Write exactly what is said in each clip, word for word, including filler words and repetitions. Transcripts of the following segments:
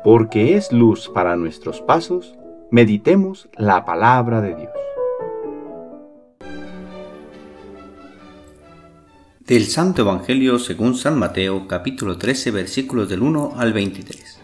porque es luz para nuestros pasos, meditemos la palabra de Dios. Del Santo Evangelio según San Mateo, capítulo trece, versículos del uno al veintitrés.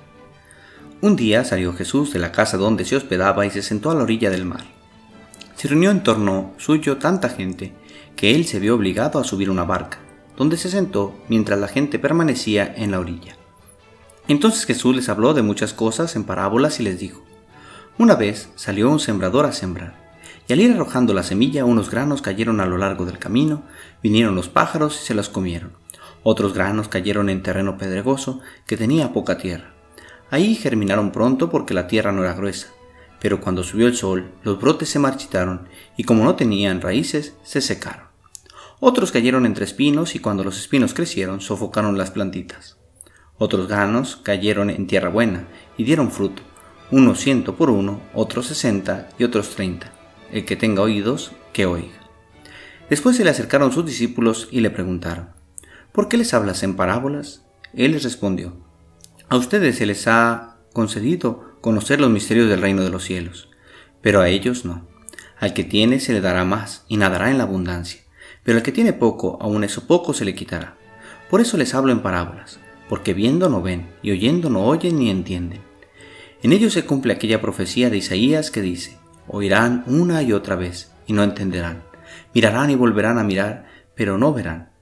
Un día salió Jesús de la casa donde se hospedaba y se sentó a la orilla del mar. Se reunió en torno suyo tanta gente que él se vio obligado a subir una barca, donde se sentó mientras la gente permanecía en la orilla. Entonces Jesús les habló de muchas cosas en parábolas y les dijo: Una vez salió un sembrador a sembrar, y al ir arrojando la semilla, unos granos cayeron a lo largo del camino, vinieron los pájaros y se los comieron. Otros granos cayeron en terreno pedregoso que tenía poca tierra. Ahí germinaron pronto porque la tierra no era gruesa, pero cuando subió el sol, los brotes se marchitaron y como no tenían raíces, se secaron. Otros cayeron entre espinos y cuando los espinos crecieron, sofocaron las plantitas. Otros granos cayeron en tierra buena y dieron fruto, unos ciento por uno, otros sesenta y otros treinta. El que tenga oídos, que oiga. Después se le acercaron sus discípulos y le preguntaron: ¿Por qué les hablas en parábolas? Él les respondió: A ustedes se les ha concedido conocer los misterios del reino de los cielos, pero a ellos no. Al que tiene se le dará más y nadará en la abundancia, pero al que tiene poco, aun eso poco se le quitará. Por eso les hablo en parábolas, porque viendo no ven, y oyendo no oyen ni entienden. En ellos se cumple aquella profecía de Isaías que dice: Oirán una y otra vez, y no entenderán. Mirarán y volverán a mirar, pero no verán.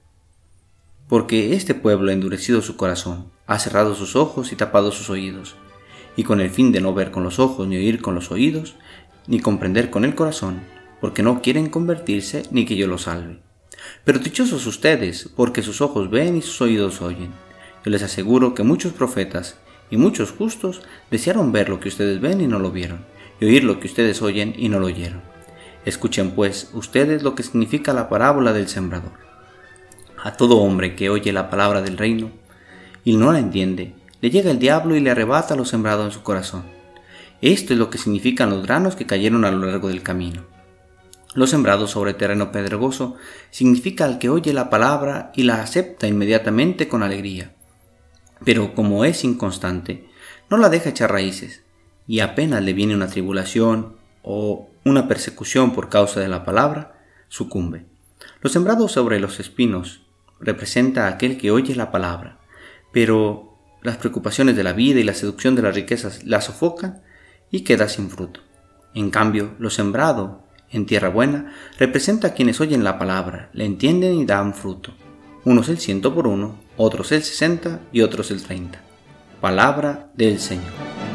Porque este pueblo ha endurecido su corazón, ha cerrado sus ojos y tapado sus oídos, y con el fin de no ver con los ojos, ni oír con los oídos, ni comprender con el corazón, porque no quieren convertirse ni que yo los salve. Pero dichosos ustedes, porque sus ojos ven y sus oídos oyen. Yo les aseguro que muchos profetas y muchos justos desearon ver lo que ustedes ven y no lo vieron, y oír lo que ustedes oyen y no lo oyeron. Escuchen pues ustedes lo que significa la parábola del sembrador. A todo hombre que oye la palabra del reino y no la entiende, le llega el diablo y le arrebata lo sembrado en su corazón. Esto es lo que significan los granos que cayeron a lo largo del camino. Lo sembrado sobre terreno pedregoso significa al que oye la palabra y la acepta inmediatamente con alegría. Pero como es inconstante, no la deja echar raíces, y apenas le viene una tribulación o una persecución por causa de la palabra, sucumbe. Lo sembrado sobre los espinos representa a aquel que oye la palabra, pero las preocupaciones de la vida y la seducción de las riquezas la sofocan y queda sin fruto. En cambio, lo sembrado en tierra buena representa a quienes oyen la palabra, la entienden y dan fruto. Unos el ciento por uno, otros el sesenta y otros el treinta. Palabra del Señor.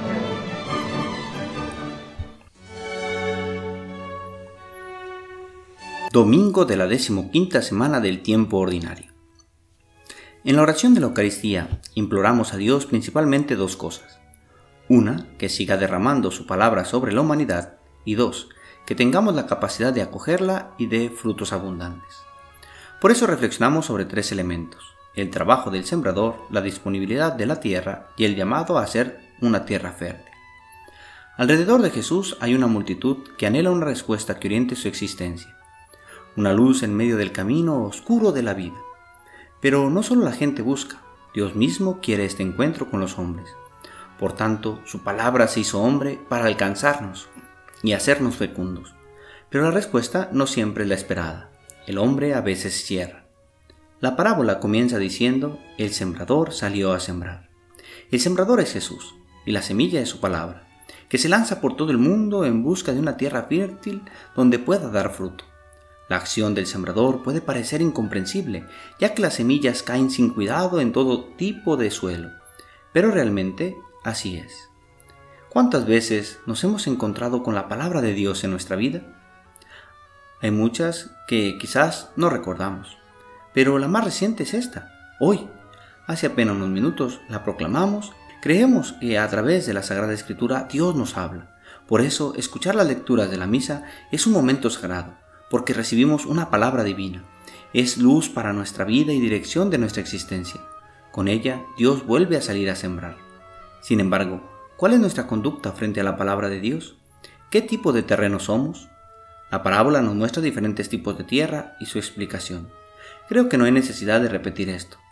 Domingo de la decimoquinta semana del tiempo ordinario. En la oración de la Eucaristía imploramos a Dios principalmente dos cosas. Una, que siga derramando su palabra sobre la humanidad, y dos, que tengamos la capacidad de acogerla y de frutos abundantes. Por eso reflexionamos sobre tres elementos: el trabajo del sembrador, la disponibilidad de la tierra y el llamado a ser una tierra fértil. Alrededor de Jesús hay una multitud que anhela una respuesta que oriente su existencia, una luz en medio del camino oscuro de la vida. Pero no solo la gente busca, Dios mismo quiere este encuentro con los hombres. Por tanto, su palabra se hizo hombre para alcanzarnos y hacernos fecundos. Pero la respuesta no siempre es la esperada. El hombre a veces cierra. La parábola comienza diciendo: el sembrador salió a sembrar. El sembrador es Jesús, y la semilla es su palabra, que se lanza por todo el mundo en busca de una tierra fértil donde pueda dar fruto. La acción del sembrador puede parecer incomprensible, ya que las semillas caen sin cuidado en todo tipo de suelo, pero realmente así es. ¿Cuántas veces nos hemos encontrado con la palabra de Dios en nuestra vida? Hay muchas que quizás no recordamos, pero la más reciente es esta, hoy. Hace apenas unos minutos la proclamamos, creemos que a través de la Sagrada Escritura Dios nos habla. Por eso, escuchar las lecturas de la misa es un momento sagrado, porque recibimos una palabra divina. Es luz para nuestra vida y dirección de nuestra existencia. Con ella, Dios vuelve a salir a sembrar. Sin embargo, ¿cuál es nuestra conducta frente a la palabra de Dios? ¿Qué tipo de terreno somos? La parábola nos muestra diferentes tipos de tierra y su explicación. Creo que no hay necesidad de repetir esto,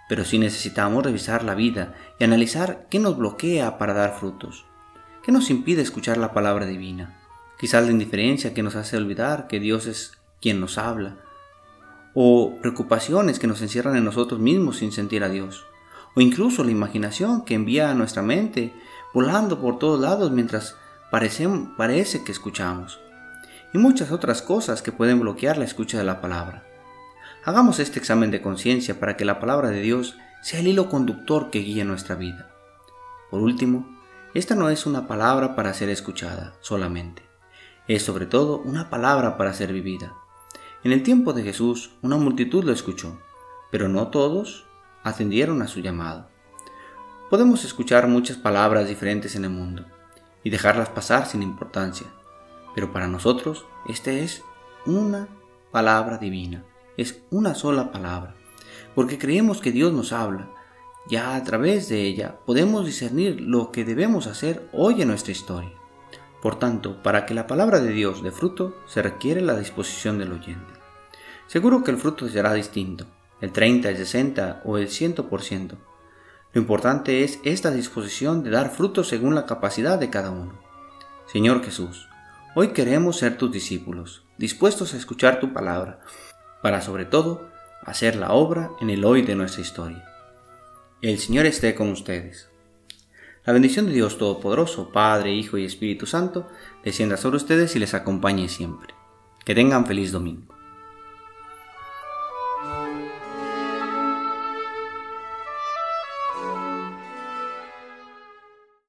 pero sí necesitamos revisar la vida y analizar qué nos bloquea para dar frutos, qué nos impide escuchar la palabra divina. Quizás la indiferencia que nos hace olvidar que Dios es quien nos habla, o preocupaciones que nos encierran en nosotros mismos sin sentir a Dios, o incluso la imaginación que envía a nuestra mente volando por todos lados mientras parece, parece que escuchamos, y muchas otras cosas que pueden bloquear la escucha de la palabra. Hagamos este examen de conciencia para que la palabra de Dios sea el hilo conductor que guíe nuestra vida. Por último, esta no es una palabra para ser escuchada solamente, es sobre todo una palabra para ser vivida. En el tiempo de Jesús, una multitud lo escuchó, pero no todos atendieron a su llamado. Podemos escuchar muchas palabras diferentes en el mundo y dejarlas pasar sin importancia, pero para nosotros esta es una palabra divina, es una sola palabra, porque creemos que Dios nos habla. Ya a través de ella podemos discernir lo que debemos hacer hoy en nuestra historia. Por tanto, para que la palabra de Dios dé fruto, se requiere la disposición del oyente. Seguro que el fruto será distinto, el treinta, el sesenta o el cien por ciento. Lo importante es esta disposición de dar fruto según la capacidad de cada uno. Señor Jesús, hoy queremos ser tus discípulos, dispuestos a escuchar tu palabra, para sobre todo hacer la obra en el hoy de nuestra historia. El Señor esté con ustedes. La bendición de Dios Todopoderoso, Padre, Hijo y Espíritu Santo, descienda sobre ustedes y les acompañe siempre. Que tengan feliz domingo.